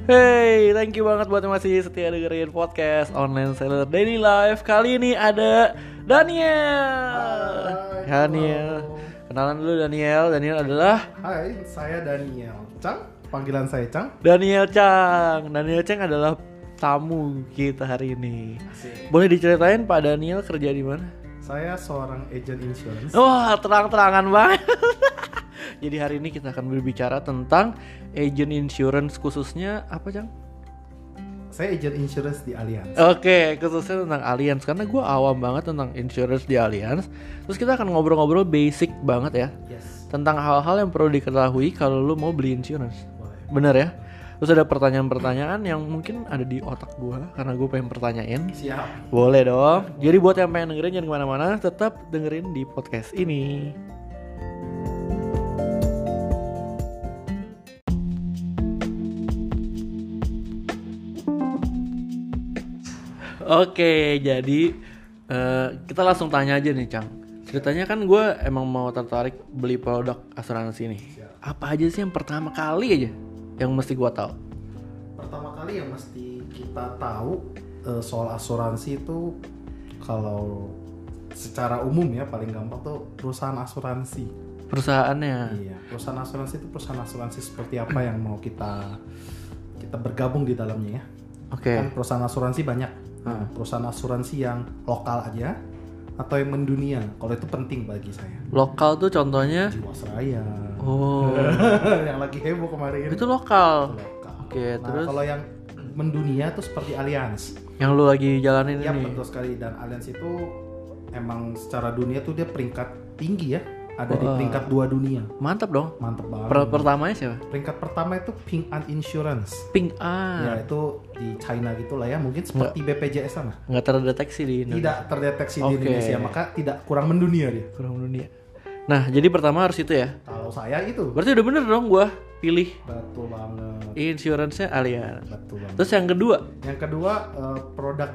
Hey, thank you banget buat yang masih setia dengerin podcast Online Seller Daily Life. Kali ini ada Daniel. Hai, Daniel. halo. Kenalan dulu Daniel. Daniel adalah Hai, saya Daniel Chang. Panggilan saya Chang. Daniel Chang. Daniel Chang adalah tamu kita hari ini. Asik. Boleh diceritain Pak Daniel kerja di mana? Saya seorang agent insurance. Wah, terang-terangan banget. Jadi hari ini kita akan berbicara tentang agent insurance, khususnya apa, Cang? Saya agent insurance di Allianz. Oke, khususnya tentang Allianz karena gue awam banget tentang insurance di Allianz. Terus kita akan ngobrol-ngobrol basic banget ya Yes. tentang hal-hal yang perlu diketahui kalau lu mau beli insurance. Boleh. Bener ya? Terus ada pertanyaan-pertanyaan yang mungkin ada di otak gue karena gue pengen pertanyain. Siap. Boleh dong. Jadi buat yang pengen dengerin jangan kemana-mana, tetap dengerin di podcast ini. Oke, jadi kita langsung tanya aja nih, Cang. Ceritanya kan gue emang mau tertarik beli produk asuransi nih. Apa aja sih yang pertama kali aja yang mesti gue tahu? Pertama kali yang mesti kita tahu soal asuransi itu, kalau secara umum ya paling gampang tuh perusahaan asuransi. Perusahaannya. Iya, perusahaan asuransi itu perusahaan asuransi seperti apa yang mau kita bergabung di dalamnya ya. Oke. Kan perusahaan asuransi banyak. Nah, perusahaan asuransi yang lokal aja atau yang mendunia. Kalau itu penting bagi saya. Lokal tuh contohnya. Jiwasraya. Oh, Yang lagi heboh kemarin. itu lokal. Lokal. Oke, Nah, terus kalau yang mendunia tuh seperti Allianz. yang lu lagi jalanin Ya ini. betul sekali, dan Allianz itu emang secara dunia tuh dia peringkat tinggi ya. Ada di Wah. peringkat 2 dunia. Mantap dong. Mantep banget. Pertamanya siapa? Peringkat pertama itu Ping An Insurance. Pink Ya A. itu di China gitulah ya, mungkin seperti BPJS sana. Nggak terdeteksi di Indonesia. Tidak terdeteksi di Oke. Indonesia, maka tidak kurang mendunia dia. Kurang dunia. Nah, jadi pertama harus itu ya. Kalau saya itu Berarti udah bener dong gua pilih betul banget, insurance-nya Allianz. betul banget. Terus yang kedua, Yang kedua produk.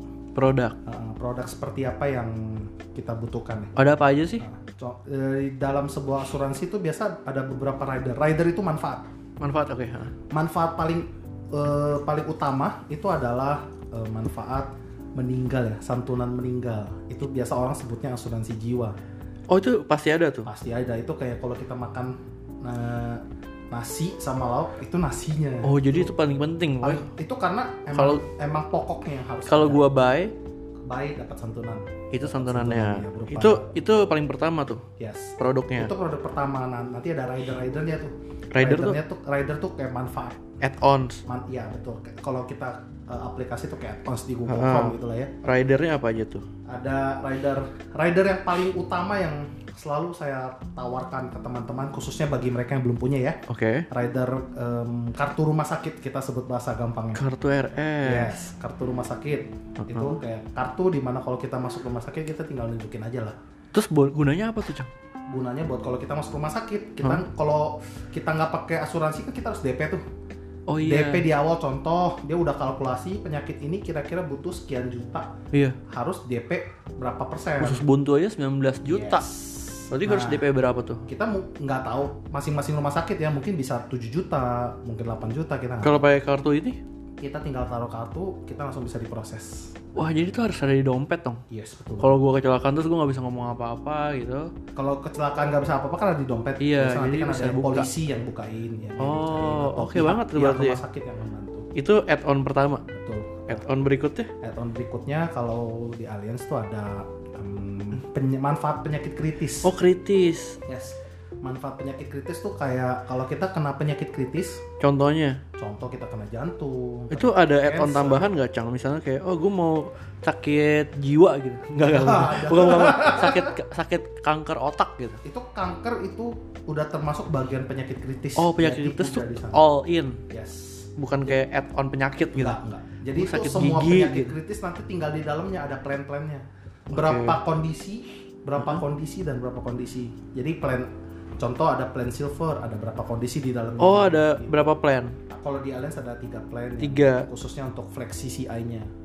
produk seperti apa yang kita butuhkan ya. Ada apa aja sih? Di dalam sebuah asuransi itu biasa ada beberapa rider. Rider itu manfaat. Manfaat, oke. Manfaat paling utama itu adalah manfaat meninggal ya, santunan meninggal. Itu biasa orang sebutnya asuransi jiwa. Oh, itu pasti ada tuh. Pasti ada, itu kayak kalau kita makan nasi sama lauk, itu nasinya. Oh, jadi itu paling penting. Itu karena emang pokoknya yang harus. Kalau gua buy, baik dapat santunan. itu santunannya. Berupa- Itu paling pertama tuh Yes. produknya. Itu produk pertama. Nanti ada ridernya tuh. Rider tuh kayak manfaat. Add-ons. Iya betul. Kalau kita aplikasi tuh kayak add-ons di Google Chrome gitu lah ya. Ridernya apa aja tuh? Ada rider yang paling utama yang selalu saya tawarkan ke teman-teman, khususnya bagi mereka yang belum punya ya. Oke. Rider kartu rumah sakit, kita sebut bahasa gampangnya. Kartu RS. Yes, kartu rumah sakit. Itu kayak kartu di mana kalau kita masuk rumah sakit kita tinggal nunjukin aja lah. Terus gunanya apa tuh, Cang? Gunanya buat kalau kita masuk rumah sakit, kalau kita nggak pakai asuransi kan kita harus DP tuh. Oh iya. DP di awal, contoh dia udah kalkulasi penyakit ini kira-kira butuh sekian juta, Iya. harus DP berapa persen. Khusus buntu aja 19 juta. Yes. Berarti harus DP berapa tuh? Kita nggak tahu masing-masing rumah sakit ya, mungkin bisa 7 juta, mungkin 8 juta, kita nggak. Kalau pakai kartu ini? Kita tinggal taruh kartu, kita langsung bisa diproses. Wah, jadi itu harus ada di dompet dong. Yes, betul. Kalau gua kecelakaan terus gua nggak bisa ngomong apa-apa gitu. Kalau kecelakaan nggak bisa apa-apa kan ada di dompet. Iya, Biasanya nanti jadi kan bisa ada buka. polisi yang bukain ya. yang Oh, bukain, atau oke banget tuh berarti rumah ya. sakit yang membantu. Itu add-on pertama. Betul. Add-on berikutnya? Add-on berikutnya kalau di Allianz tuh ada manfaat penyakit kritis. Oh, kritis. Yes. Manfaat penyakit kritis tuh kayak kalau kita kena penyakit kritis, Contohnya? contoh kita kena jantung. Itu kena ada add-on cancer. tambahan nggak, Cang? Misalnya kayak, oh gue mau sakit jiwa gitu. Enggak. Bukan. Sakit kanker otak gitu. Itu kanker itu udah termasuk bagian penyakit kritis. Oh, penyakit Jadi kritis tuh udah di sana. all in. Yes. Bukan kayak add-on penyakit gitu. Enggak. Jadi Oh, itu sakit semua gigi penyakit gitu. kritis nanti tinggal di dalamnya ada plan-plannya. Berapa kondisi, dan berapa kondisi. Jadi contoh ada plan silver, ada berapa kondisi di dalamnya. Oh, ada berapa plan? Kalau di Allianz ada 3 plan. 3. Khususnya untuk flex CCI-nya.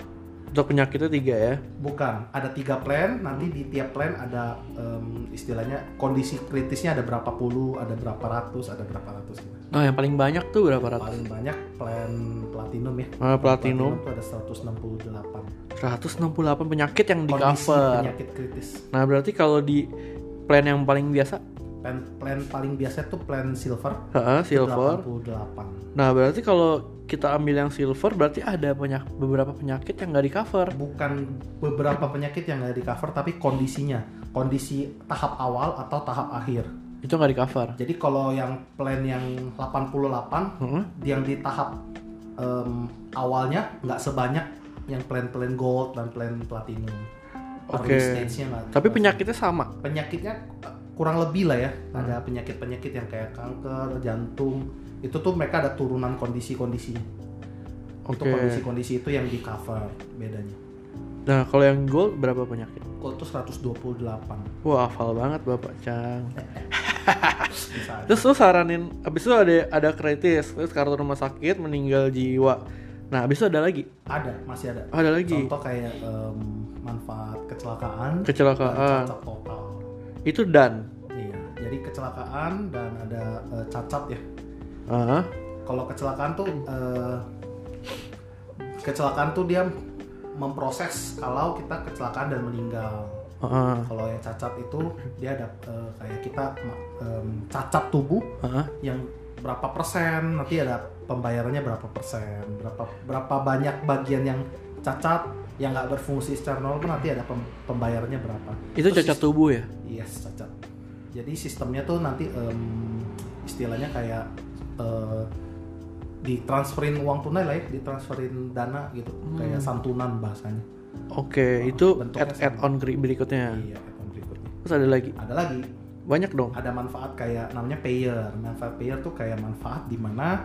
Untuk penyakitnya 3 ya. Bukan, ada 3 plan, nanti di tiap plan ada istilahnya kondisi kritisnya ada berapa puluh, ada berapa ratus, ada berapa ratus gitu. Nah, yang paling banyak tuh berapa ratus? Paling banyak plan platinum ya. Platinum Itu ada 168. 168 penyakit yang di Kondisi cover. penyakit kritis. Nah, berarti kalau di plan yang paling biasa, Plan paling biasa tuh plan silver. silver. 88. Nah, berarti kalau kita ambil yang silver berarti ada beberapa penyakit yang nggak di cover. Bukan beberapa penyakit yang nggak di cover, tapi kondisinya, kondisi tahap awal atau tahap akhir. Itu nggak di cover. Jadi kalau yang plan yang 88 yang di tahap awalnya nggak sebanyak yang plan gold dan plan platinum. Oke. Tapi penyakitnya sama. Penyakitnya kurang lebih lah ya. Ada penyakit-penyakit yang kayak kanker, jantung. Itu tuh mereka ada turunan kondisi-kondisi. Itu kondisi-kondisi itu yang di cover bedanya. Nah, kalau yang gold berapa penyakit? Gold tuh 128. Wah, hafal banget Bapak Cang. Bisa aja. Terus lu saranin, abis itu ada kritis, terus kartu rumah sakit, meninggal jiwa. Nah, abis itu ada lagi? Masih ada. Ada lagi? Contoh kayak manfaat kecelakaan. Kecelakaan. Dan cacat total. Itu dan? Iya, jadi kecelakaan dan ada cacat ya. Uh-huh. Kalau kecelakaan tuh dia memproses kalau kita kecelakaan dan meninggal. Kalau yang cacat itu dia ada kayak kita cacat tubuh yang berapa persen, nanti ada pembayarannya berapa persen, berapa banyak bagian yang cacat yang nggak berfungsi secara normal, nanti ada pembayarannya berapa. Itu cacat tubuh ya? Yes, cacat. Jadi sistemnya tuh nanti istilahnya kayak ditransferin uang tunai lah ya, ditransferin dana gitu, kayak santunan bahasanya. Oke, itu add-on berikutnya. Iya, add-on berikutnya. Terus ada lagi? Ada lagi. Banyak dong. Ada manfaat kayak namanya payer. Manfaat payer tuh kayak manfaat di mana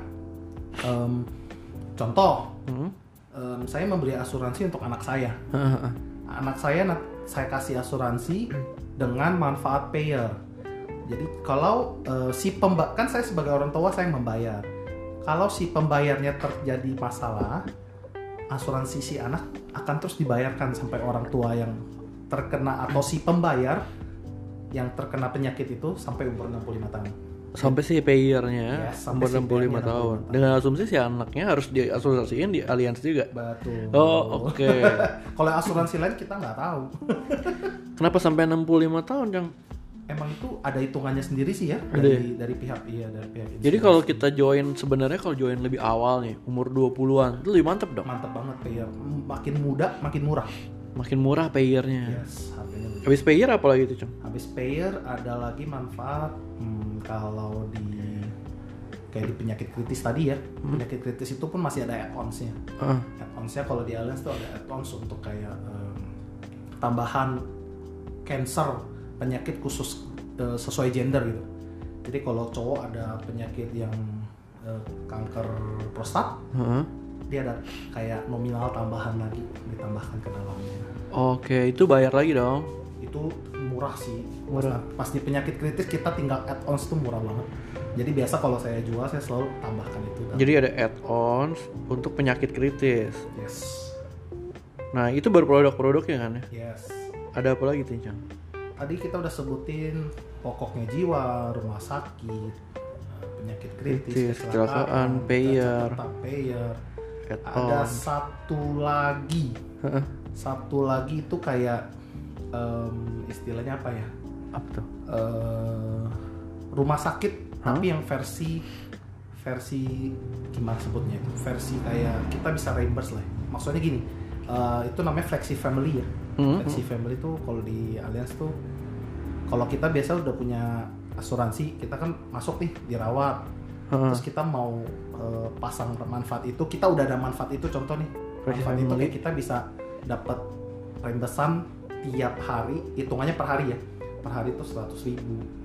contoh, saya membeli asuransi untuk anak saya. Anak saya kasih asuransi dengan manfaat payer. Jadi kalau kan saya sebagai orang tua saya membayar. Kalau si pembayarnya terjadi masalah, asuransi si anak akan terus dibayarkan sampai orang tua yang terkena atau si pembayar yang terkena penyakit itu sampai umur 65 tahun. Sampai si payernya umur 65 tahun. Dengan asumsi si anaknya harus diasuransiin di Allianz juga. Betul. Oh, oke. Kalau asuransi lain kita nggak tahu. Kenapa sampai 65 tahun, Cang? Emang itu ada hitungannya sendiri sih ya dari pihak insurance. Jadi kalau kita sebenarnya kalau join lebih awal nih, umur 20-an, itu lebih mantep dong. Mantep banget payer. Makin muda makin murah. Makin murah payernya. Yes, harganya. Habis payer apa lagi tuh, Cang? Habis payer ada lagi manfaat kalau kayak di penyakit kritis tadi ya. Penyakit kritis itu pun masih ada add-ons-nya. Add-ons-nya kalau di Allianz tuh ada add-ons untuk kayak tambahan cancer, penyakit khusus sesuai gender gitu. Jadi kalau cowok ada penyakit yang kanker prostat, dia ada kayak nominal tambahan lagi ditambahkan ke dalamnya. Oke, itu bayar lagi dong. Itu murah sih. Murah. Pas di penyakit kritis kita tinggal add-ons tuh murah banget. Jadi biasa kalau saya jual saya selalu tambahkan itu. Jadi ada add-ons untuk penyakit kritis. Yes. Nah, itu baru produk-produknya kan ya? Yes. Ada apa lagi tuh, Cang? Tadi kita udah sebutin pokoknya jiwa, rumah sakit, penyakit kritis, kecelakaan, payer. Ada satu lagi itu kayak istilahnya apa ya? Apa tuh? Rumah sakit tapi yang versi gimana sebutnya itu? Versi kayak kita bisa reimburse lah. Maksudnya gini, itu namanya flexi family ya. Flexi family tuh kalau di Allianz tuh, kalau kita biasa udah punya asuransi, kita kan masuk nih dirawat, terus kita mau pasang manfaat itu, kita udah ada manfaat itu, contoh nih manfaat itu kayak kita bisa dapat reimbursan tiap hari, hitungannya per hari ya, per hari itu 100.000.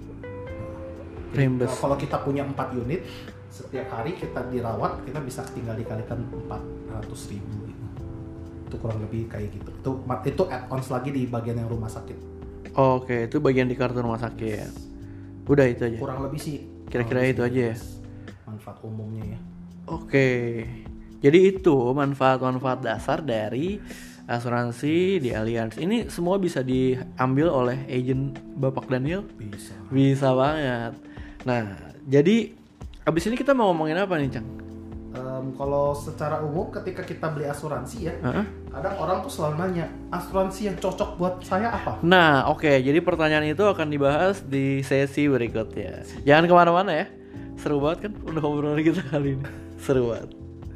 Kalau kita punya 4 unit, setiap hari kita dirawat, kita bisa tinggal dikalikan 400.000 gitu. Itu kurang lebih kayak gitu. Itu add-ons lagi di bagian yang rumah sakit. Oke, itu bagian di kartu rumah sakit. Udah itu aja. Kurang lebih sih. Kira-kira itu aja ya. Manfaat umumnya ya. Oke. Jadi itu manfaat-manfaat dasar dari asuransi di Allianz. Ini semua bisa diambil oleh agent Bapak Daniel? Bisa. Bisa banget. Nah, jadi abis ini kita mau ngomongin apa nih, Cang? Kalau secara umum ketika kita beli asuransi ya, kadang orang tuh selalu nanya, asuransi yang cocok buat saya apa? Nah, oke. Jadi pertanyaan itu akan dibahas di sesi berikutnya. Jangan kemana-mana ya. Seru banget kan udah ngobrol kita kali ini. Seru banget.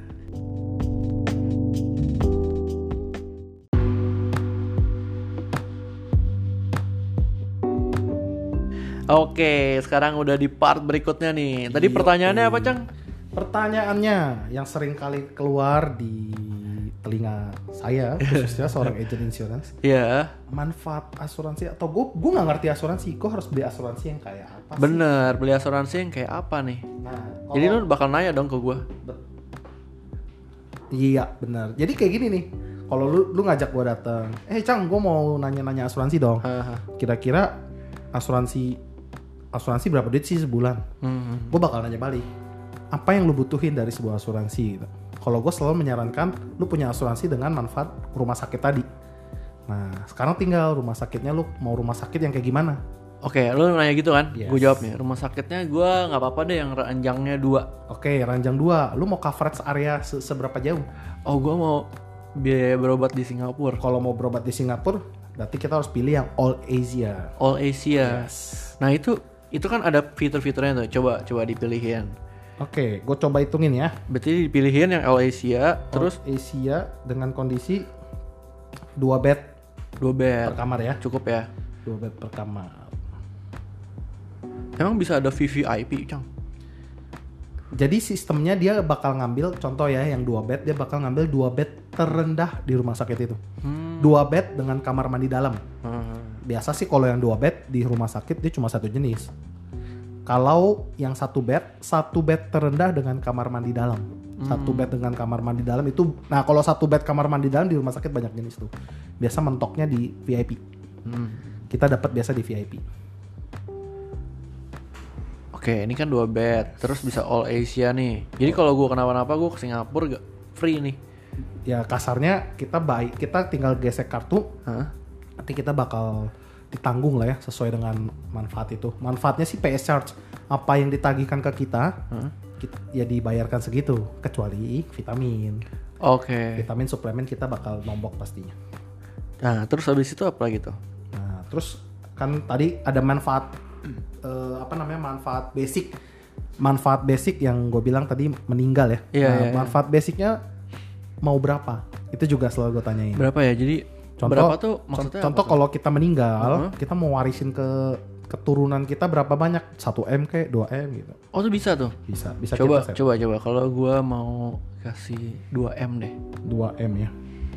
Oke, sekarang udah di part berikutnya nih. Tadi pertanyaannya apa, Cang? Pertanyaannya yang sering kali keluar di telinga saya, khususnya seorang agent insurance. Iya. Manfaat asuransi atau gue nggak ngerti asuransi, gue harus beli asuransi yang kayak apa sih? Bener, beli asuransi yang kayak apa nih? Nah, jadi lu bakal nanya dong ke gue. Iya benar. Jadi kayak gini nih, kalau lu ngajak gue datang, Cang, gue mau nanya-nanya asuransi dong. Kira-kira asuransi berapa duit sih sebulan? Gue bakal nanya balik, apa yang lu butuhin dari sebuah asuransi gitu. Kalau gue selalu menyarankan lu punya asuransi dengan manfaat rumah sakit tadi. Nah sekarang tinggal rumah sakitnya, lu mau rumah sakit yang kayak gimana? Oke, lu nanya gitu kan? Yes. Gue jawab nih, rumah sakitnya gue nggak apa-apa deh yang ranjangnya 2. Oke, ranjang 2. Lu mau coverage area seberapa jauh? Oh, gue mau biaya berobat di Singapura. Kalau mau berobat di Singapura, berarti kita harus pilih yang All Asia. All Asia. Yes. Nah itu kan ada fitur-fiturnya tuh. Coba dipilihin. Oke, gue coba hitungin ya. Berarti dipilihin yang All Asia, terus Asia dengan kondisi 2 bed 2 bed per kamar ya. Cukup ya. 2 bed per kamar. Emang bisa ada VVIP, Cang? Jadi sistemnya dia bakal ngambil, contoh ya, yang 2 bed dia bakal ngambil 2 bed terendah di rumah sakit itu. 2 bed dengan kamar mandi dalam. Biasa sih kalau yang 2 bed di rumah sakit dia cuma satu jenis. Kalau yang 1 bed terendah dengan kamar mandi dalam. 1 bed dengan kamar mandi dalam itu, nah kalau 1 bed kamar mandi dalam di rumah sakit banyak jenis tuh. Biasa mentoknya di VIP. Kita dapat biasa di VIP. Oke, ini kan 2 bed, terus bisa All Asia nih. Jadi kalau gue kenapa-napa gue ke Singapura gak free nih. Ya kasarnya kita tinggal gesek kartu. Nanti kita bakal ditanggung lah ya sesuai dengan manfaat itu. Manfaatnya sih PS charge. Apa yang ditagihkan ke kita, ya dibayarkan segitu. Kecuali vitamin. Oke. Vitamin suplemen kita bakal nombok pastinya. Nah terus habis itu apa gitu? Nah terus kan tadi ada manfaat manfaat basic. Manfaat basic yang gue bilang tadi meninggal ya. Iya. Manfaat basicnya mau berapa? Itu juga selalu gue tanyain. Berapa ya? Jadi berapa tuh maksudnya? Contoh kalau kita meninggal, kita mau warisin ke keturunan kita berapa banyak? 1M kayak 2M gitu. Oh tuh bisa tuh? Bisa coba kalau gue mau kasih 2M deh. 2M ya.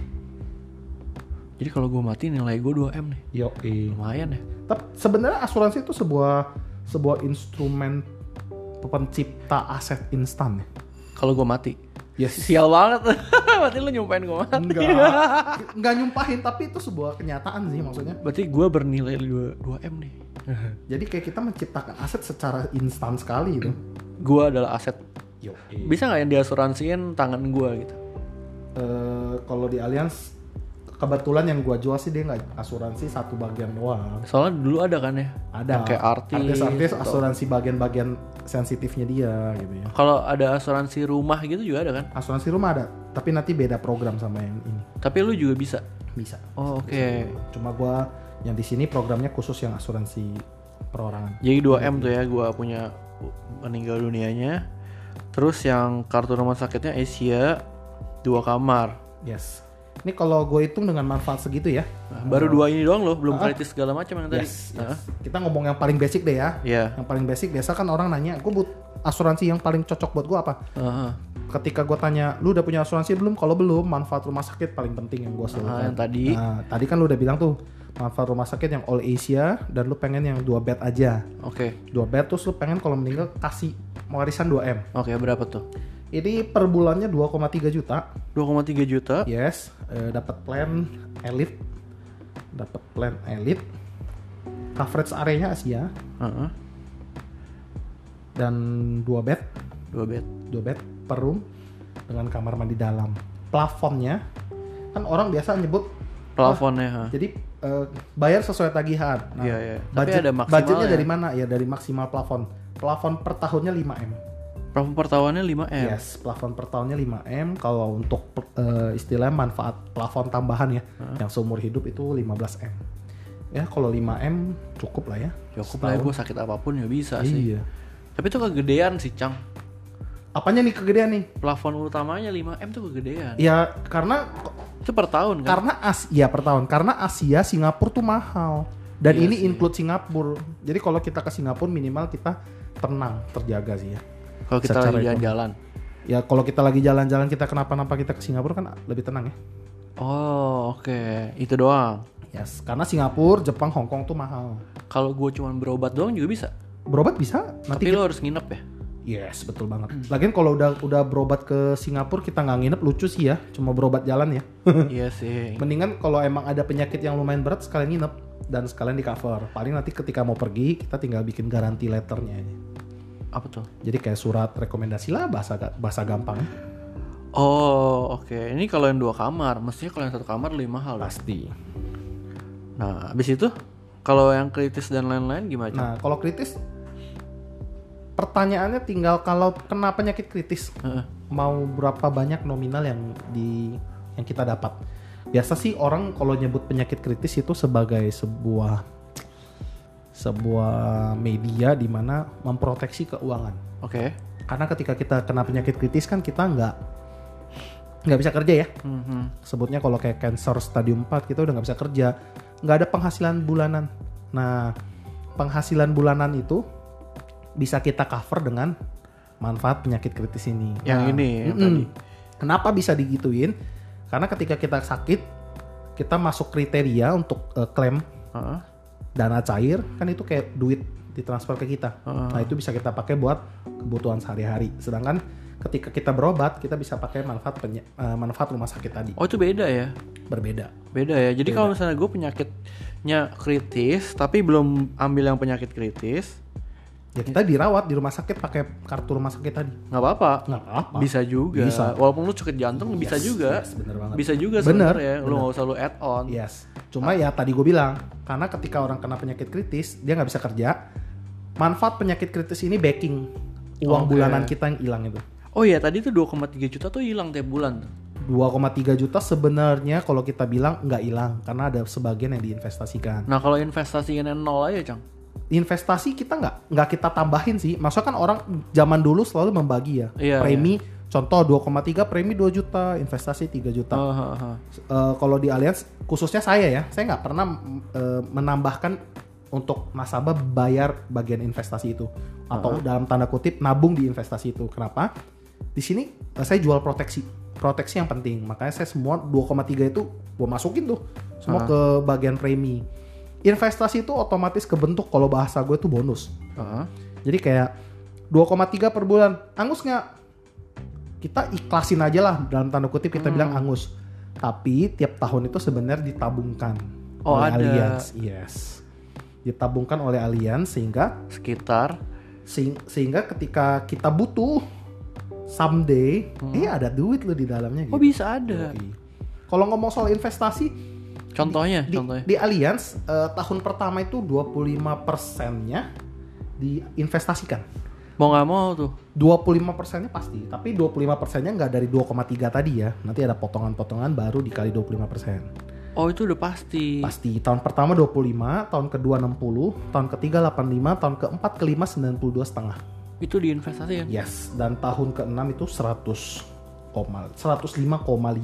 Jadi kalau gue mati nilai gue 2M nih. Lumayan ya. Tapi sebenarnya asuransi itu sebuah instrumen pencipta aset instan ya. Kalau gue mati. Yes. Sial banget. Berarti lu nyumpahin gue mati. Enggak nyumpahin, tapi itu sebuah kenyataan sih maksudnya. Berarti gue bernilai 2M nih. Jadi kayak kita menciptakan aset secara instan sekali gitu. Gue adalah aset. Bisa nggak yang diasuransiin tangan gue gitu? Kalau di Allianz kebetulan yang gua jual sih dia nggak asuransi satu bagian doang. Soalnya dulu ada kan ya? Ada. Yang kayak artis asuransi bagian-bagian sensitifnya dia gitu ya. Kalau ada asuransi rumah gitu juga ada kan? Asuransi rumah ada, tapi nanti beda program sama yang ini. Tapi lu juga bisa? Bisa. Oh, oke. Cuma gua yang di sini programnya khusus yang asuransi perorangan. Jadi 2M tuh ya gua punya meninggal dunianya. Terus yang kartu rumah sakitnya Asia 2 kamar. Yes. Ini kalau gue hitung dengan manfaat segitu ya. Baru 2 ini doang loh, belum kritis segala macam yang tadi. Yes. Kita ngomong yang paling basic deh ya. Yang paling basic biasa kan orang nanya, gue asuransi yang paling cocok buat gue apa? Ketika gue tanya, lu udah punya asuransi belum? Kalau belum, manfaat rumah sakit paling penting yang gue selalu yang tadi. Nah, tadi kan lu udah bilang tuh, manfaat rumah sakit yang All Asia dan lu pengen yang 2 bed aja. Oke. 2 bed terus lu pengen kalau meninggal kasih warisan 2M. Oke, berapa tuh? Ini per bulannya 2,3 juta. 2,3 juta? Yes, dapat plan elite. Dapat plan elite. Coverage areanya Asia. Dan 2 bed. 2 bed per room dengan kamar mandi dalam. Plafonnya kan orang biasa nyebut plafonnya. Jadi bayar sesuai tagihan. Nah, iya. Tapi ada maksimal. Budgetnya dari mana? Ya dari maksimal plafon. Plafon per tahunnya 5M. Plafon per tahunnya 5M. Yes, plafon per tahunnya 5M. Kalau untuk istilahnya manfaat plafon tambahan ya, yang seumur hidup itu 15M. Ya kalau 5M cukup lah ya. Cukup lah ya, gue sakit apapun ya bisa sih. Iya. Tapi itu kegedean sih, Cang. Apanya nih kegedean nih? Plafon utamanya 5M tuh kegedean. Ya karena itu per tahun kan? Karena per tahun. Karena Asia, Singapura tuh mahal. Dan Iya ini sih. include Singapura. Jadi kalau kita ke Singapura minimal kita tenang, terjaga sih ya. Kalau kita Secara lagi jalan-jalan. Ya kalau kita lagi jalan-jalan kita kenapa-napa kita ke Singapura kan lebih tenang ya. Oh, oke. Itu doang. Yes, karena Singapura, Jepang, Hong Kong tuh mahal. Kalau gue cuma berobat doang juga bisa. Berobat bisa. Tapi lo harus nginep ya? Yes, betul banget. Lagian kalau udah berobat ke Singapura kita nggak nginep lucu sih ya, cuma berobat jalan ya. Iya sih. Mendingan kalau emang ada penyakit yang lumayan berat sekalian nginep dan sekalian di cover. Paling nanti ketika mau pergi kita tinggal bikin garansi letternya ini. Apa tuh? Jadi kayak surat rekomendasi lah bahasa gampang. Oh, oke. Ini kalau yang 2 kamar, mestinya kalau yang 1 kamar lebih mahal. Pasti. Nah, habis itu kalau yang kritis dan lain-lain gimana? Nah, kalau kritis pertanyaannya tinggal kalau kena penyakit kritis mau berapa banyak nominal yang kita dapat. Biasa sih orang kalau nyebut penyakit kritis itu sebagai sebuah media di mana memproteksi keuangan. Oke. Karena ketika kita kena penyakit kritis kan kita nggak bisa kerja ya. Sebutnya kalau kayak cancer stadium 4 kita udah nggak bisa kerja, nggak ada penghasilan bulanan. Nah, penghasilan bulanan itu bisa kita cover dengan manfaat penyakit kritis ini. Yang ini yang tadi. Kenapa bisa digituin? Karena ketika kita sakit, kita masuk kriteria untuk klaim dana cair, kan itu kayak duit ditransfer ke kita. Nah itu bisa kita pakai buat kebutuhan sehari-hari. Sedangkan ketika kita berobat, kita bisa pakai manfaat rumah sakit tadi. Oh itu beda ya? Berbeda. Beda ya. Jadi kalau misalnya gue penyakitnya kritis, tapi belum ambil yang penyakit kritis, ya kita dirawat di rumah sakit pakai kartu rumah sakit tadi. nggak apa-apa. Nggak apa-apa. Bisa juga. Bisa. Walaupun lu sakit jantung bisa juga. Yes, bener banget. Bisa juga Bener, sebenarnya. Lu bener. nggak usah lu add on. Yes. Cuma ya tadi gue bilang, karena ketika orang kena penyakit kritis, dia nggak bisa kerja. Manfaat penyakit kritis ini backing uang Oke. bulanan kita yang hilang itu. Oh iya tadi tuh 2,3 juta tuh hilang tiap bulan tuh. 2,3 juta sebenarnya kalau kita bilang nggak hilang karena ada sebagian yang diinvestasikan. Nah kalau investasinya 0 aja, Cang. Investasi kita nggak kita tambahin sih. Maksudnya kan orang zaman dulu selalu membagi ya. Iya, Premi contoh 2,3 premi 2 juta, investasi 3 juta. Kalau di Allianz khususnya saya nggak pernah menambahkan untuk nasabah bayar bagian investasi itu atau dalam tanda kutip nabung di investasi itu. Kenapa? Di sini saya jual proteksi yang penting, makanya saya semua 2,3 itu gue masukin tuh semua ke bagian premi. Investasi itu otomatis kebentuk kalau bahasa gue tuh bonus. Jadi kayak 2,3 per bulan, angus nggak? Kita ikhlasin aja lah dalam tanda kutip kita bilang angus. Tapi tiap tahun itu sebenarnya ditabungkan oleh ada. Allianz. Yes. Ditabungkan oleh Allianz sehingga ketika kita butuh someday ada duit lo di dalamnya. Oh gitu. bisa ada. Kalau ngomong soal investasi, Contohnya. di Allianz tahun pertama itu 25%-nya diinvestasikan. Mau nggak mau tuh. 25%-nya pasti, tapi 25%-nya nggak dari 2,3 tadi ya. Nanti ada potongan-potongan baru dikali 25%. Oh itu udah pasti. Pasti. Tahun pertama 25, tahun kedua 60, tahun ketiga 85, tahun keempat kelima 92,5. Itu diinvestasikan. Yes, dan tahun ke-6 itu 105,5.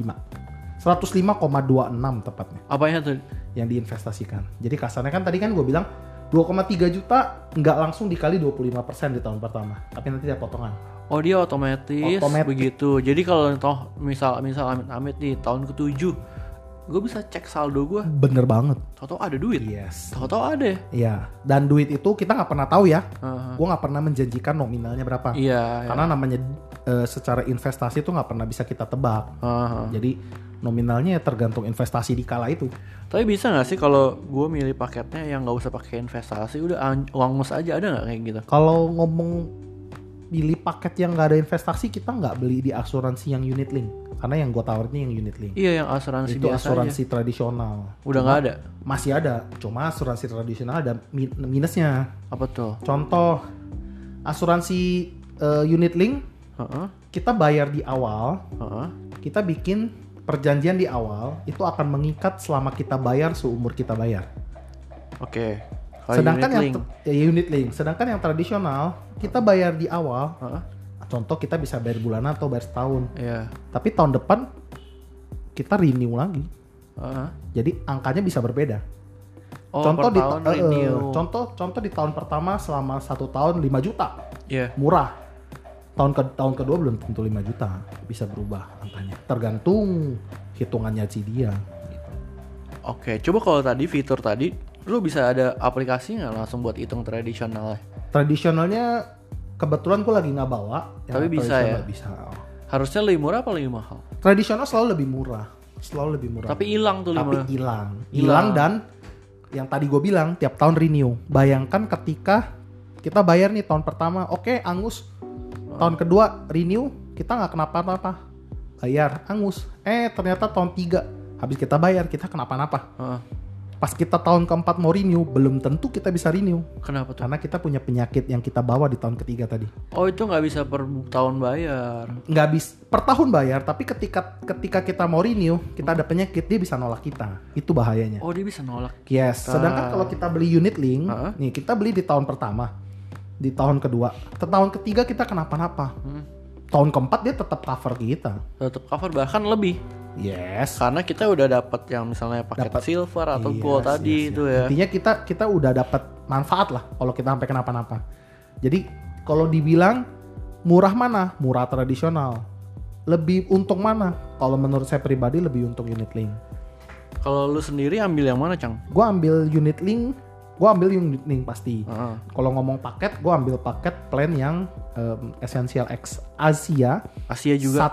105,26 tepatnya Apanya tuh? yang diinvestasikan. Jadi kasarnya kan tadi kan gue bilang 2,3 juta nggak langsung dikali 25% di tahun pertama, tapi nanti ada potongan. Oh dia otomatis begitu. Jadi kalau toh misal amit-amit nih tahun ke-7 gue bisa cek saldo gue. Bener banget. Tahu-tahu ada duit. Yes. Tahu-tahu ada. Iya. Dan duit itu kita nggak pernah tahu ya. Gue nggak pernah menjanjikan nominalnya berapa. Iya. Karena namanya secara investasi itu nggak pernah bisa kita tebak. Jadi nominalnya ya tergantung investasi di kala itu. Tapi bisa nggak sih kalau gue milih paketnya yang nggak usah pakai investasi, udah uang mus aja, ada nggak kayak gitu? Kalau ngomong pilih paket yang nggak ada investasi, kita nggak beli di asuransi yang unit link, karena yang gue tawarin yang unit link. Iya, yang asuransi itu biasa asuransi aja. tradisional. Udah nggak ada? Masih ada, cuma asuransi tradisional ada minusnya. Apa tuh? Contoh asuransi unit link, kita bayar di awal, kita bikin perjanjian di awal, itu akan mengikat selama kita bayar seumur kita bayar. Oke. Kalau Sedangkan unit link. unit link, sedangkan yang tradisional kita bayar di awal. Contoh kita bisa bayar bulanan atau bayar setahun. Iya. Tapi tahun depan kita renew lagi. Jadi angkanya bisa berbeda. Contoh per tahun renew. Contoh di tahun pertama selama 1 tahun 5 juta. Iya. Murah. Tahun kedua belum tentu 5 juta. Bisa berubah angkanya. Tergantung hitungannya si dia. Oke, coba kalau tadi fitur tadi, lu bisa ada aplikasi nggak langsung buat hitung tradisionalnya? Tradisionalnya kebetulan gue lagi nggak bawa. Tapi bisa ya? Bisa. Harusnya lebih murah apa lebih mahal? Tradisional selalu lebih murah. Tapi hilang tuh Tapi 5. hilang dan yang tadi gue bilang tiap tahun renew. Bayangkan ketika kita bayar nih tahun pertama, oke, angus. Tahun kedua renew, kita nggak kenapa-napa. Bayar angus. Ternyata tahun 3 habis kita bayar, kita kenapa-napa. Pas kita tahun keempat mau renew, belum tentu kita bisa renew. Kenapa tuh? Karena kita punya penyakit yang kita bawa di tahun ketiga tadi. Oh, itu nggak bisa per tahun bayar. Nggak bisa per tahun bayar, tapi ketika kita mau renew, kita ada penyakit, dia bisa nolak kita. Itu bahayanya. Oh, dia bisa nolak. Yes. Sedangkan kalau kita beli unit link, nih kita beli di tahun pertama, di tahun kedua, tahun ketiga kita kenapa-napa. Tahun keempat dia tetap cover kita. Tetap cover bahkan lebih. Yes. Karena kita udah dapat yang misalnya paket silver atau gold tadi itu ya. Intinya kita udah dapat manfaat lah kalau kita sampai kenapa-napa. Jadi kalau dibilang murah mana? Murah tradisional. Lebih untung mana? Kalau menurut saya pribadi lebih untung unit link. Kalau lu sendiri ambil yang mana, Cang? Gue ambil unit link pasti. Kalau ngomong paket, gue ambil paket plan yang Essential X Asia. Asia juga.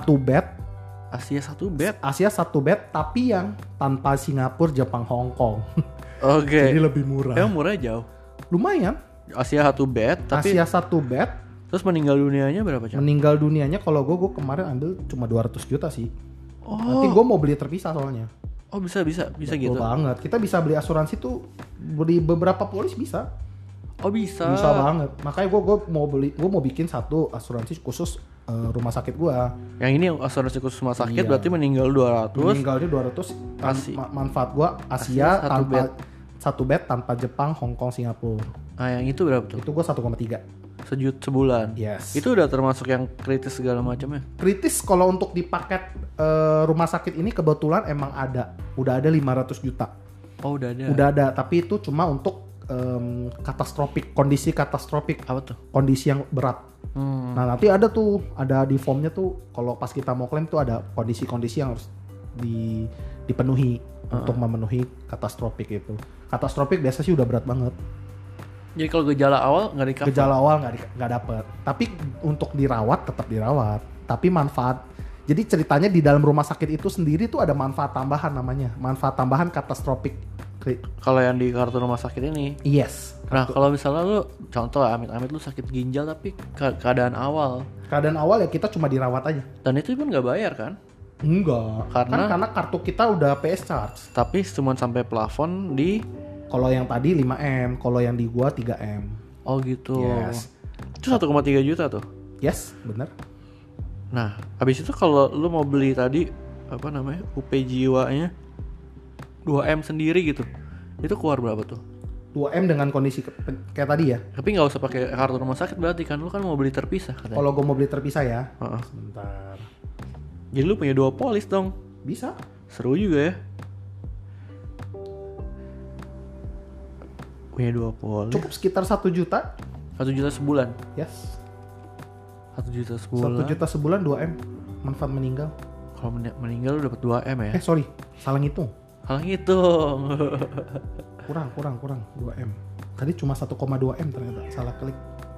Asia satu bed tapi yang tanpa Singapura, Jepang, Hong Kong. Oke. Jadi lebih murah. Emang murah jauh. Lumayan. Asia 1 bed tapi Asia 1 bed. Terus meninggal dunianya berapa, Cang? Meninggal dunianya kalau gue kemarin ambil cuma 200 juta sih. Nanti gue mau beli terpisah soalnya. Oh, bisa Betul gitu. banget. Kita bisa beli asuransi tuh, beli beberapa polis bisa. Oh, bisa. Bisa banget. Makanya gue mau bikin satu asuransi khusus rumah sakit gue. Yang ini asuransi khusus rumah sakit. Iya. Berarti meninggal 200. Meninggalnya 200. Manfaat gue Asia tanpa satu bed tanpa Jepang, Hong Kong, Singapura. Nah, yang itu berapa tuh? Itu gue 1,3. Sebulan. Yes. Itu udah termasuk yang kritis segala macamnya. Kritis kalau untuk di paket rumah sakit ini kebetulan emang udah ada 500 juta. Oh, udah ada. Udah ada, tapi itu cuma untuk kondisi katastrofik. Apa tuh? Kondisi yang berat. Nah, nanti ada di formnya tuh, kalau pas kita mau klaim tuh ada kondisi-kondisi yang harus dipenuhi untuk memenuhi katastrofik itu. Katastrofik biasa sih udah berat banget. Jadi kalau gejala awal nggak di-cover? Gejala awal nggak dapet. Tapi untuk dirawat tetap dirawat. Tapi manfaat. Jadi ceritanya di dalam rumah sakit itu sendiri tuh ada manfaat tambahan namanya. Manfaat tambahan katastrofik. Kalau yang di kartu rumah sakit ini? Yes. Nah, kalau misalnya lu contoh amit-amit lu sakit ginjal tapi keadaan awal. Keadaan awal ya kita cuma dirawat aja. Dan itu pun nggak bayar kan? Enggak. Karena kartu kita udah PS charge. Tapi cuma sampai plafon di. Kalau yang tadi 5M, kalau yang di gua 3M. Oh gitu. Yes. Itu 1,3 juta tuh. Yes, bener. Nah, habis itu kalau lu mau beli tadi apa namanya? UP jiwanya 2M sendiri gitu. Itu keluar berapa tuh? 2M dengan kondisi kayak tadi ya. Tapi nggak usah pakai kartu rumah sakit berarti kan, lu kan mau beli terpisah katanya. Kalau gua mau beli terpisah ya. Sebentar. Jadi lu punya 2 polis dong. Bisa. Seru juga ya. Punya 2 polis. Cukup sekitar 1 juta. 1 juta sebulan. Yes. 1 juta sebulan. 1 juta sebulan 2M manfaat meninggal. Kalau meninggal lu dapat 2M ya. Sorry, salah ngitung. Salah ngitung. Kurang 2M. Tadi cuma 1,2M ternyata, salah klik.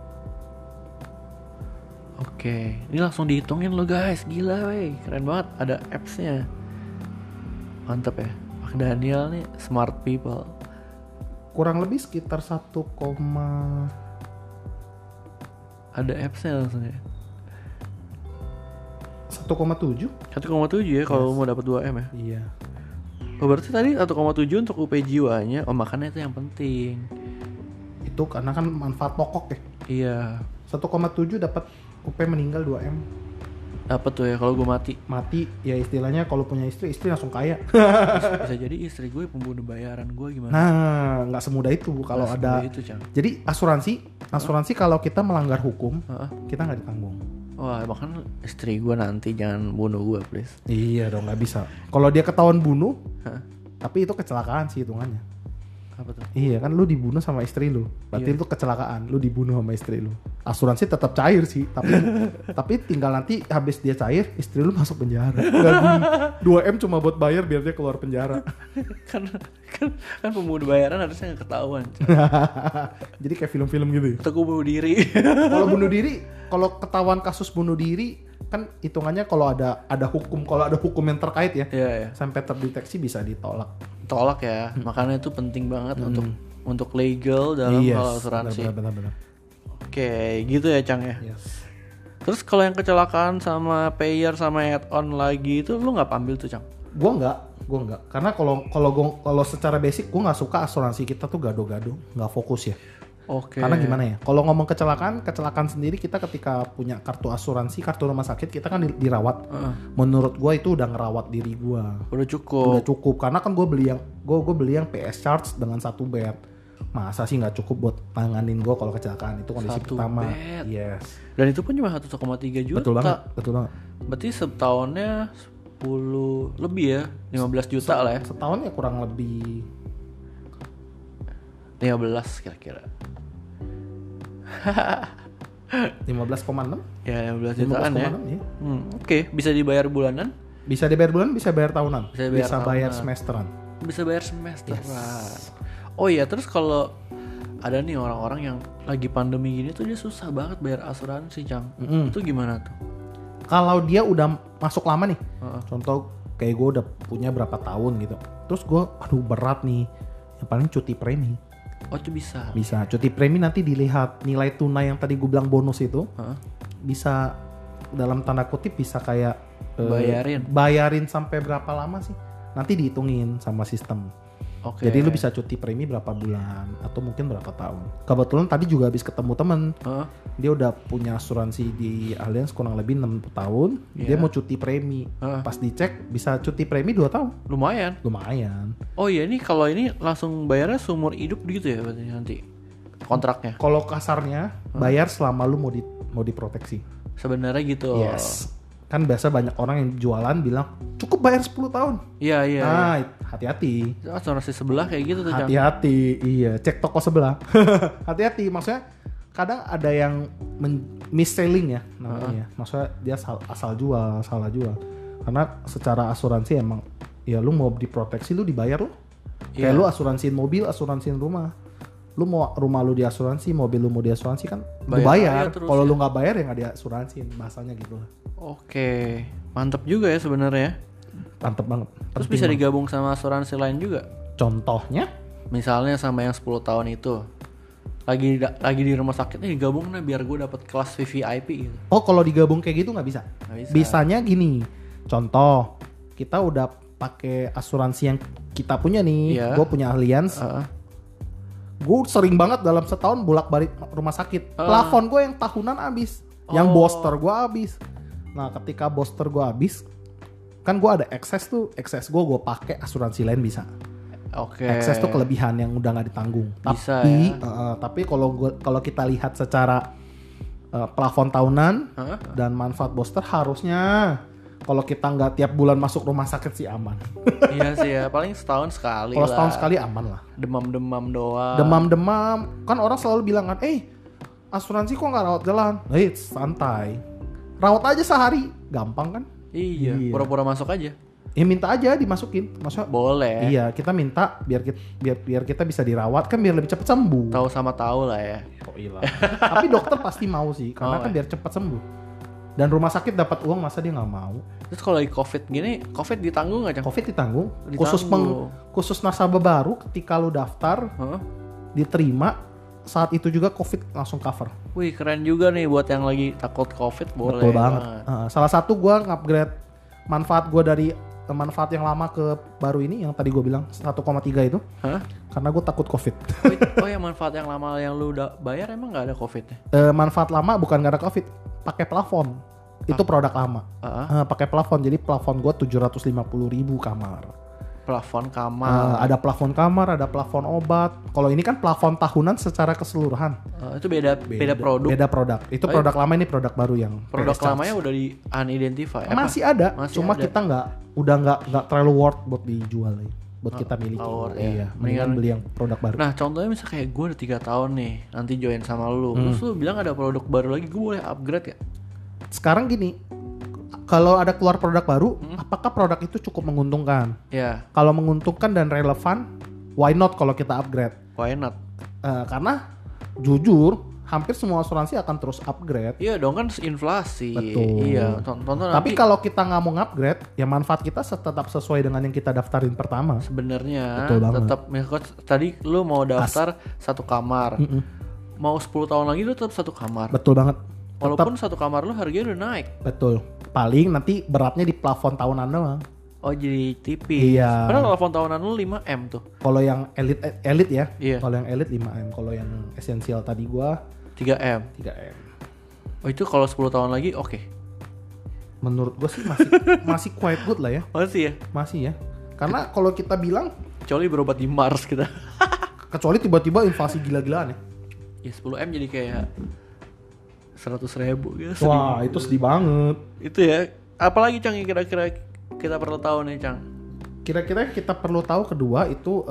Oke, ini langsung dihitungin lo guys, gila wey, keren banget, ada apps-nya. Mantep ya, Pak Daniel nih smart people. Kurang lebih sekitar 1,5 Ada apps-nya langsung ya. 1,7. 1,7 ya kalau mau dapat 2M ya. Iya. Oh, berarti tadi 1,7 untuk UP jiwanya. Oh, makanya itu yang penting. Itu karena kan manfaat pokok ya. Iya. 1,7 dapat UP meninggal 2M. Dapat tuh ya kalau gue mati. Mati ya istilahnya kalau punya istri langsung kaya. Bisa jadi istri gue pembunuh bayaran gue gimana? Nah, nggak semudah itu kalau ada. Itu, Cang. Jadi asuransi kalau kita melanggar hukum, kita nggak ditanggung. Wah, bahkan istri gue nanti jangan bunuh gue, please. Iya dong, nggak bisa. Kalau dia ketahuan bunuh, tapi itu kecelakaan sih hitungannya. Apa tuh? Iya kan, lu dibunuh sama istri lu, berarti itu kecelakaan. Lu dibunuh sama istri lu. Asuransi tetap cair sih, tapi tinggal nanti habis dia cair, istri lu masuk penjara. 2M cuma buat bayar biar dia keluar penjara. kan pembunuh bayaran harusnya nggak ketahuan. Jadi kayak film-film gitu. Atau gue bunuh diri. Kalau bunuh diri, kalau ketahuan kasus bunuh diri, kan hitungannya kalau ada hukum yang terkait ya, sampai terdeteksi bisa ditolak. Tolak ya, makanya itu penting banget untuk legal dalam hal asuransi. Benar. Oke, gitu ya Cang ya. Yes. Terus kalau yang kecelakaan sama payer sama add-on lagi itu lu nggak ambil tuh Cang? Gua nggak. Karena kalau secara basic gua nggak suka asuransi kita tuh gado-gado, nggak fokus ya. Oke. Karena gimana ya? Kalau ngomong kecelakaan sendiri kita ketika punya kartu asuransi, kartu rumah sakit kita kan dirawat. Menurut gua itu udah ngerawat diri gua. Udah cukup. Karena kan gua beli yang PS Charge dengan 1 bed. Masa sih nggak cukup buat nanganin gua kalau kecelakaan, itu kondisi pertama. Bed. Yes. Dan itu pun cuma 1,3 juta. Betul banget. Berarti setahunnya 10 lebih ya, 15 juta lah ya. Setahun ya kurang lebih 15 kira-kira. 15,6? Ya 15 jutaan 15, ya. Oke. Bisa dibayar bulanan? Bisa dibayar bulanan, bisa bayar tahunan. Bisa bayar semesteran. Bisa bayar semesteran. Yes. Oh iya, terus kalau ada nih orang-orang yang lagi pandemi gini tuh dia susah banget bayar asuransi, Cang. Itu gimana tuh? Kalau dia udah masuk lama nih, contoh kayak gue udah punya berapa tahun gitu. Terus gue, berat nih. Yang paling cuti premi. Oh itu bisa? Bisa, cuti premi nanti dilihat nilai tunai yang tadi gue bilang bonus itu. Bisa dalam tanda kutip bisa kayak bayarin sampai berapa lama sih? Nanti dihitungin sama sistem. Okay. Jadi lu bisa cuti premi berapa bulan atau mungkin berapa tahun. Kebetulan tadi juga habis ketemu temen, dia udah punya asuransi di Allianz kurang lebih 6 tahun. Dia mau cuti premi. Pas dicek bisa cuti premi 2 tahun. Lumayan. Oh iya, ini kalau ini langsung bayarnya seumur hidup gitu ya berarti nanti kontraknya. Kalau kasarnya bayar selama lu mau diproteksi. Sebenarnya gitu. Yes. Kan biasa banyak orang yang jualan bilang cukup bayar 10 tahun. Iya. Nah, hati-hati. Asuransi sebelah kayak gitu tuh. Hati-hati, iya. Cek toko sebelah. Hati-hati, maksudnya kadang ada yang mis-selling ya namanya. Maksudnya dia salah jual. Karena secara asuransi emang ya lu mau diproteksi lu dibayar lo. Kayak lu asuransiin mobil, asuransiin rumah. Lu mau rumah lu diasuransi, mobil lu mau diasuransi kan lu bayar. Kalau lu nggak bayar ya nggak diasuransiin, bahasanya gitu lah. Oke, mantep juga ya sebenarnya. Mantep banget. Terus bisa digabung sama asuransi lain juga. Contohnya? Misalnya sama yang 10 tahun itu. Lagi di rumah sakit nih digabung nih biar gue dapat kelas VVIP gitu. Oh, kalau digabung kayak gitu nggak bisa? Bisanya gini. Contoh, kita udah pakai asuransi yang kita punya nih. Gue punya Allianz. Gue sering banget dalam setahun bolak-balik rumah sakit. Plafon gue yang tahunan habis, yang booster gue habis. Nah, ketika booster gue habis, kan gue ada excess gue pakai asuransi lain bisa. Oke. Excess tuh kelebihan yang udah nggak ditanggung. Bisa, tapi kalau kita lihat secara plafon tahunan dan manfaat booster harusnya. Kalau kita nggak tiap bulan masuk rumah sakit sih aman. Iya sih ya, paling setahun sekali. Kalau setahun sekali aman lah. Demam-demam doang. Demam-demam, kan orang selalu bilang kan, asuransi kok nggak rawat jalan? Santai. Rawat aja sehari, gampang kan? Iya. Pura-pura masuk aja. Ya minta aja dimasukin, maksudnya. Boleh. Iya, kita minta biar kita bisa dirawat kan biar lebih cepat sembuh. Tahu sama tahu lah ya. Oh iya. Tapi dokter pasti mau sih, karena kan biar cepat sembuh. Dan rumah sakit dapat uang masa dia nggak mau. Terus kalau lagi COVID gini, COVID ditanggung nggak, Cang? COVID ditanggung. Khusus nasabah baru ketika lu daftar, diterima, saat itu juga COVID langsung cover. Wih keren juga nih buat yang lagi takut COVID boleh. Betul banget. Salah satu gue upgrade manfaat gue dari manfaat yang lama ke baru ini yang tadi gue bilang 1,3 itu. Hah? Karena gue takut COVID. Oh ya manfaat yang lama yang lu udah bayar emang nggak ada COVID-nya? Manfaat lama bukan gak ada COVID, pakai plafon. Itu produk lama. Pakai plafon, jadi plafon gue 750.000 kamar. Plafon kamar. Ada plafon kamar, ada plafon obat. Kalau ini kan plafon tahunan secara keseluruhan. Itu beda produk. Beda produk. Itu produk lama, ini produk baru yang produk lamanya udah di unidentify. Masih ada, cuma ada. kita nggak terlalu worth buat dijual ya. Buat kita miliki. Iya, mendingan beli yang produk baru. Nah, contohnya misal kayak gue udah 3 tahun nih, nanti join sama lu. Terus lu bilang ada produk baru lagi, gue boleh upgrade ya? Sekarang gini, kalau ada keluar produk baru, apakah produk itu cukup menguntungkan? Ya. Kalau menguntungkan dan relevan, why not kalau kita upgrade? Why not? Karena jujur, hampir semua asuransi akan terus upgrade. Iya dong, kan inflasi. Betul. Iya. Tapi kalau kita nggak mau upgrade, ya manfaat kita tetap sesuai dengan yang kita daftarin pertama. Sebenarnya tetap, tadi lu mau daftar satu kamar, mau 10 tahun lagi lu tetap satu kamar. Betul banget. Walaupun satu kamar lu harganya udah naik. Betul. Paling nanti beratnya di plafon tahunan doang. Oh jadi tipis. Iya. Padahal plafon tahunan lu 5M tuh. Kalau yang elit ya. Iya. Kalau yang elit 5M. Kalau yang esensial tadi gua 3M. Oh itu kalau 10 tahun lagi oke. Menurut gua sih masih quite good lah ya. Masih ya. Karena kalau kita bilang kecuali berobat di Mars kita. Kecuali tiba-tiba inflasi gila-gilaan ya. Ya 10M jadi kayak 100.000 gitu. Wah itu sedih banget. Itu ya. Apalagi Cang yang kira-kira kita perlu tahu nih Cang? Kira-kira kita perlu tahu kedua itu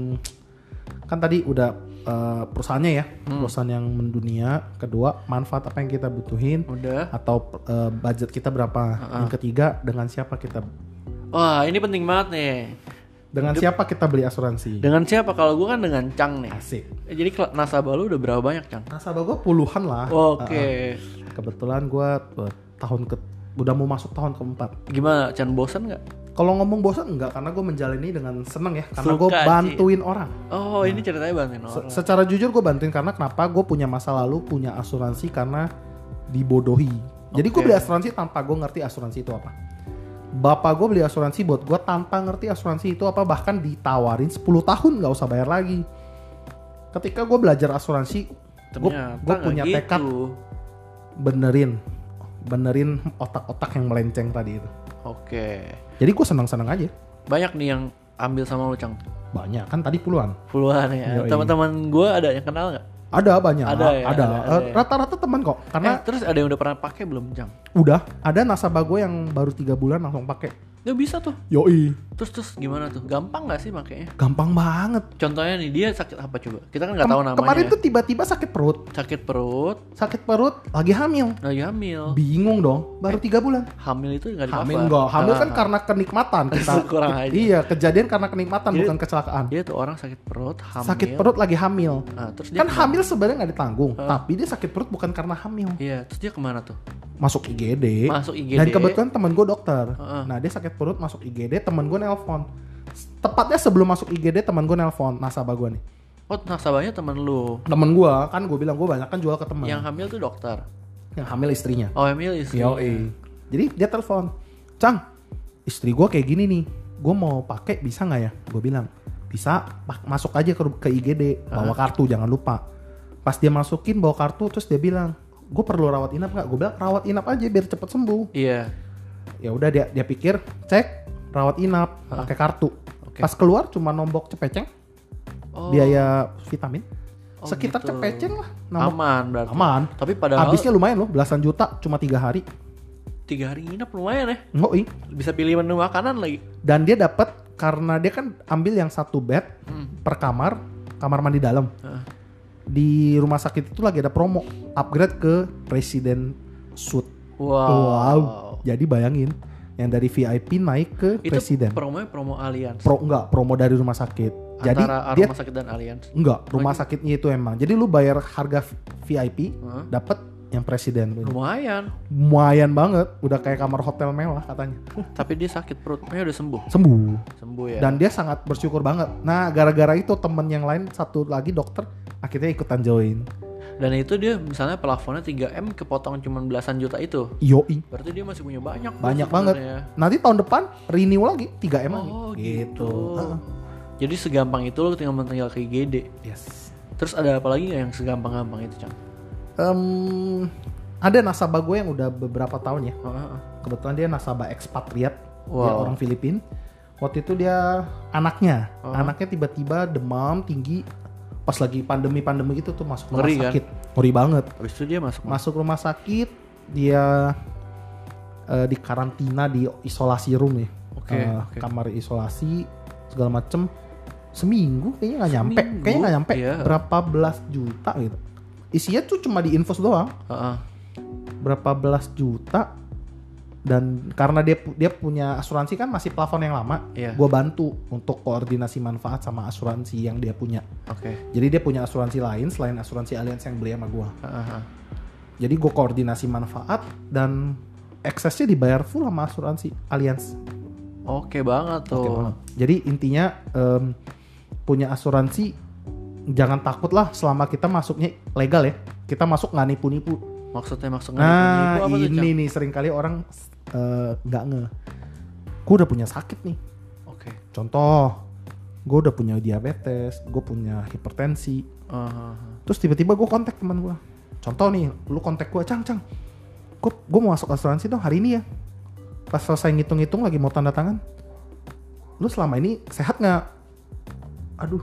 kan tadi udah perusahaannya ya, perusahaan yang mendunia. Kedua manfaat apa yang kita butuhin. Udah. Atau budget kita berapa. Yang ketiga dengan siapa kita. Wah ini penting banget nih. Dengan siapa kita beli asuransi? Dengan siapa? Kalau gue kan dengan Cang nih. Asik. Jadi nasabah lu udah berapa banyak Cang? Nasabah gue puluhan lah. Oke. Kebetulan gue udah mau masuk tahun keempat. Gimana? Chan bosan nggak? Kalau ngomong bosan enggak, karena gue menjalani dengan seneng ya. Karena gue bantuin orang. Oh ini ceritanya bantuin orang. Secara jujur gue bantuin karena kenapa? Gue punya masa lalu punya asuransi karena dibodohi. Jadi gue beli asuransi tanpa gue ngerti asuransi itu apa. Bapak gue beli asuransi buat gue tanpa ngerti asuransi itu apa, bahkan ditawarin 10 tahun gak usah bayar lagi. Ketika gue belajar asuransi, gue punya tekad benerin otak-otak yang melenceng tadi itu. Oke. Jadi gue senang-senang aja. Banyak nih yang ambil sama lu Cang? Banyak, kan tadi puluhan ya. Teman-teman gue ada yang kenal nggak? Ada banyak. Ada. Ya. Rata-rata teman kok. Karena terus ada yang udah pernah pakai belum Cang? Udah. Ada nasabah gue yang baru 3 bulan langsung pakai. Ya bisa tuh. Yoi. Terus gimana tuh? Gampang nggak sih makainya? Gampang banget. Contohnya nih dia sakit apa coba? Kita kan nggak tahu namanya. Kemarin tuh tiba-tiba sakit perut. Lagi hamil. Bingung dong. Baru 3 bulan. Hamil itu nggak di-cover. Hamil enggak. Hamil kan karena kenikmatan. Kurang aja. Iya, kejadian karena kenikmatan. Jadi, bukan kecelakaan. Dia tuh orang sakit perut, hamil. Sakit perut lagi hamil. Nah, terus dia kan hamil sebenarnya nggak ditanggung. Tapi dia sakit perut bukan karena hamil. Iya. Terus dia kemana tuh? Masuk IGD. Dan kebetulan temen gue dokter. Nah dia sakit perut masuk IGD, temen gue nelpon. Tepatnya sebelum masuk IGD temen gue nelpon, nasabah gue nih. Oh nasabahnya temen lu? Temen gue, kan gue bilang gue banyak kan jual ke temen. Yang hamil tuh dokter? Yang hamil istrinya. Oh hamil istrinya. Jadi dia telepon, Cang, istri gue kayak gini nih, gue mau pakai bisa nggak ya? Gue bilang bisa, masuk aja ke IGD, bawa kartu jangan lupa. Pas dia masukin bawa kartu terus dia bilang, gue perlu rawat inap nggak? Gue bilang rawat inap aja biar cepet sembuh. Iya. Ya udah dia pikir cek rawat inap pakai kartu. Pas keluar cuma nombok cepeceng, biaya vitamin sekitar gitu. Cepeceng lah. Aman berarti. Aman. Tapi padahal habisnya lumayan loh, belasan juta cuma 3 hari. 3 hari nginep lumayan ya. Bisa pilih menu makanan lagi. Dan dia dapat karena dia kan ambil yang 1 bed per kamar mandi dalam. Di rumah sakit itu lagi ada promo upgrade ke Presiden Suite. Wow. Jadi bayangin yang dari VIP naik ke itu Presiden. Itu promo Allianz. Promo dari rumah sakit. Jadi antara rumah sakit dan Allianz. Enggak, rumah sakitnya itu emang. Jadi lu bayar harga VIP dapat yang presiden punya. Lumayan banget, udah kayak kamar hotel mewah katanya. Tapi dia sakit perutnya udah sembuh ya. Dan dia sangat bersyukur banget. Nah gara-gara itu temen yang lain satu lagi dokter akhirnya ikutan join. Dan itu dia misalnya plafonnya 3M kepotong cuma belasan juta itu. Yoi. Berarti dia masih punya banyak banget. Nanti tahun depan renew lagi 3M lagi. Gitu. Jadi segampang itu lo tinggal ke IGD. Yes. Terus ada apa lagi yang segampang-gampang itu, Cang? Ada nasabah gue yang udah beberapa tahun ya. Kebetulan dia nasabah ekspatriat. Dia orang Filipina. Waktu itu dia anaknya tiba-tiba demam tinggi. Pas lagi pandemi gitu tuh masuk rumah sakit. Ngeri banget. Habis itu dia masuk rumah sakit. Dia di karantina di isolasi room ya. Kamar isolasi segala macem. Seminggu kayaknya nggak nyampe. Iya. Berapa belas juta gitu. Isinya tuh cuma di infus doang. Berapa belas juta. Dan karena dia punya asuransi kan masih plafon yang lama, gue bantu untuk koordinasi manfaat sama asuransi yang dia punya. Jadi dia punya asuransi lain selain asuransi Allianz yang beli sama gue. Jadi gue koordinasi manfaat dan eksesnya dibayar full sama asuransi Allianz. Oke banget tuh. Jadi intinya punya asuransi jangan takut lah selama kita masuknya legal ya. Kita masuk nggak nipu-nipu. Maksudnya masuk nggak nipu-nipu apa tuh? Nah ini nih seringkali orang nggak gue udah punya sakit nih. Contoh, gue udah punya diabetes, gue punya hipertensi. Terus tiba-tiba gue kontak teman gue. Contoh nih, lu kontak gue, Cang, gue mau masuk asuransi dong hari ini ya. Pas selesai ngitung-ngitung lagi mau tanda tangan, lu selama ini sehat nggak? Aduh,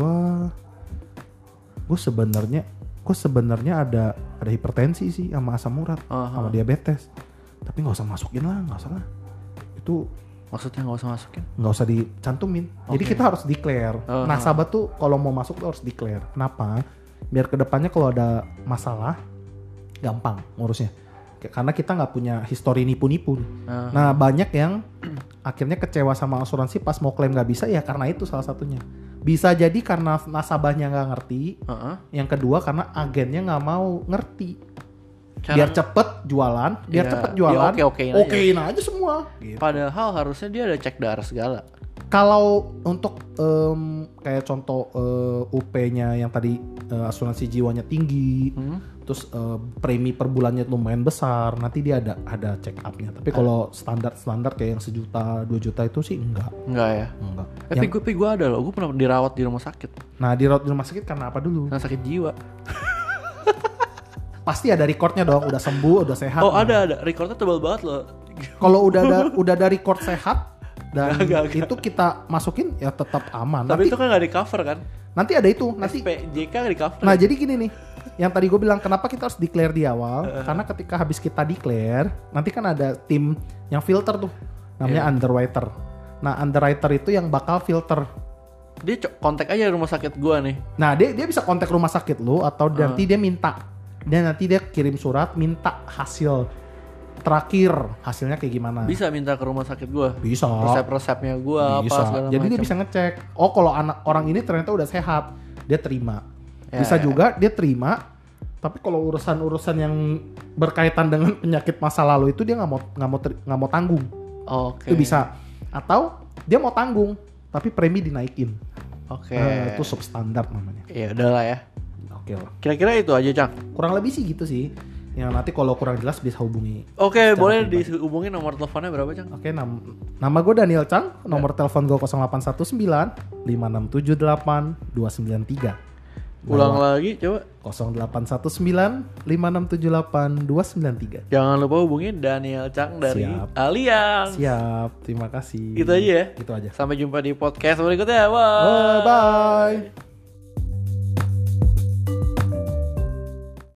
gue sebenarnya ada hipertensi sih sama asam urat sama diabetes. Tapi nggak usah masukin lah, nggak usah lah. Itu maksudnya nggak usah masukin? Nggak usah dicantumin. Jadi kita harus declare. Nasabah tuh kalau mau masuk tuh harus declare. Kenapa? Biar kedepannya kalau ada masalah gampang ngurusnya. Karena kita nggak punya histori nipu-nipu. Nah banyak yang akhirnya kecewa sama asuransi pas mau klaim nggak bisa ya karena itu salah satunya. Bisa jadi karena nasabahnya nggak ngerti. Yang kedua karena agennya nggak mau ngerti. Biar cepet jualan, okein aja semua. Gitu. Padahal harusnya dia ada cek darah segala. Kalau untuk kayak contoh UP-nya yang tadi asuransi jiwanya tinggi, terus premi per bulannya lumayan besar, nanti dia ada check up-nya. Tapi kalau standar kayak yang 1 juta, 2 juta itu sih enggak. Enggak ya? Enggak. Tapi gue ada loh, gue pernah dirawat di rumah sakit. Nah dirawat di rumah sakit karena apa dulu? Karena sakit jiwa. Pasti ada recordnya dong, udah sembuh, udah sehat. Oh ada, recordnya tebal banget loh. Kalau udah ada record sehat, dan itu kita masukin ya tetap aman. Tapi itu kan nggak di cover kan? Nanti ada itu. Nanti SPJK nggak di cover. Nah jadi gini nih, yang tadi gue bilang kenapa kita harus declare di awal? Karena ketika habis kita declare, nanti kan ada tim yang filter tuh, namanya underwriter. Nah underwriter itu yang bakal filter. Dia kontak aja rumah sakit gue nih. Nah dia bisa kontak rumah sakit lu atau nanti dia minta. Dan nanti dia kirim surat minta hasil terakhir hasilnya kayak gimana. Bisa minta ke rumah sakit gue. Bisa. Resep-resepnya gue apa segala Jadi macam. dia bisa ngecek. Oh kalau orang ini ternyata udah sehat, dia terima. Bisa juga dia terima. Tapi kalau urusan yang berkaitan dengan penyakit masa lalu itu dia nggak mau tanggung. Itu bisa. Atau dia mau tanggung tapi premi dinaikin. Itu substandard namanya. Ya udahlah ya. Kira-kira itu aja, Cang. Kurang lebih sih gitu sih. Yang nanti kalau kurang jelas bisa hubungi. Boleh dihubungi nomor teleponnya berapa, Cang? Nama gue Daniel Chang. Nomor telepon gue 0819 5678 293. Ulang lagi coba. 0819 5678 293. Jangan lupa hubungi Daniel Chang dari Allianz. Siap, terima kasih. Itu aja ya. Itu aja. Sampai jumpa di podcast berikutnya. Bye. Bye.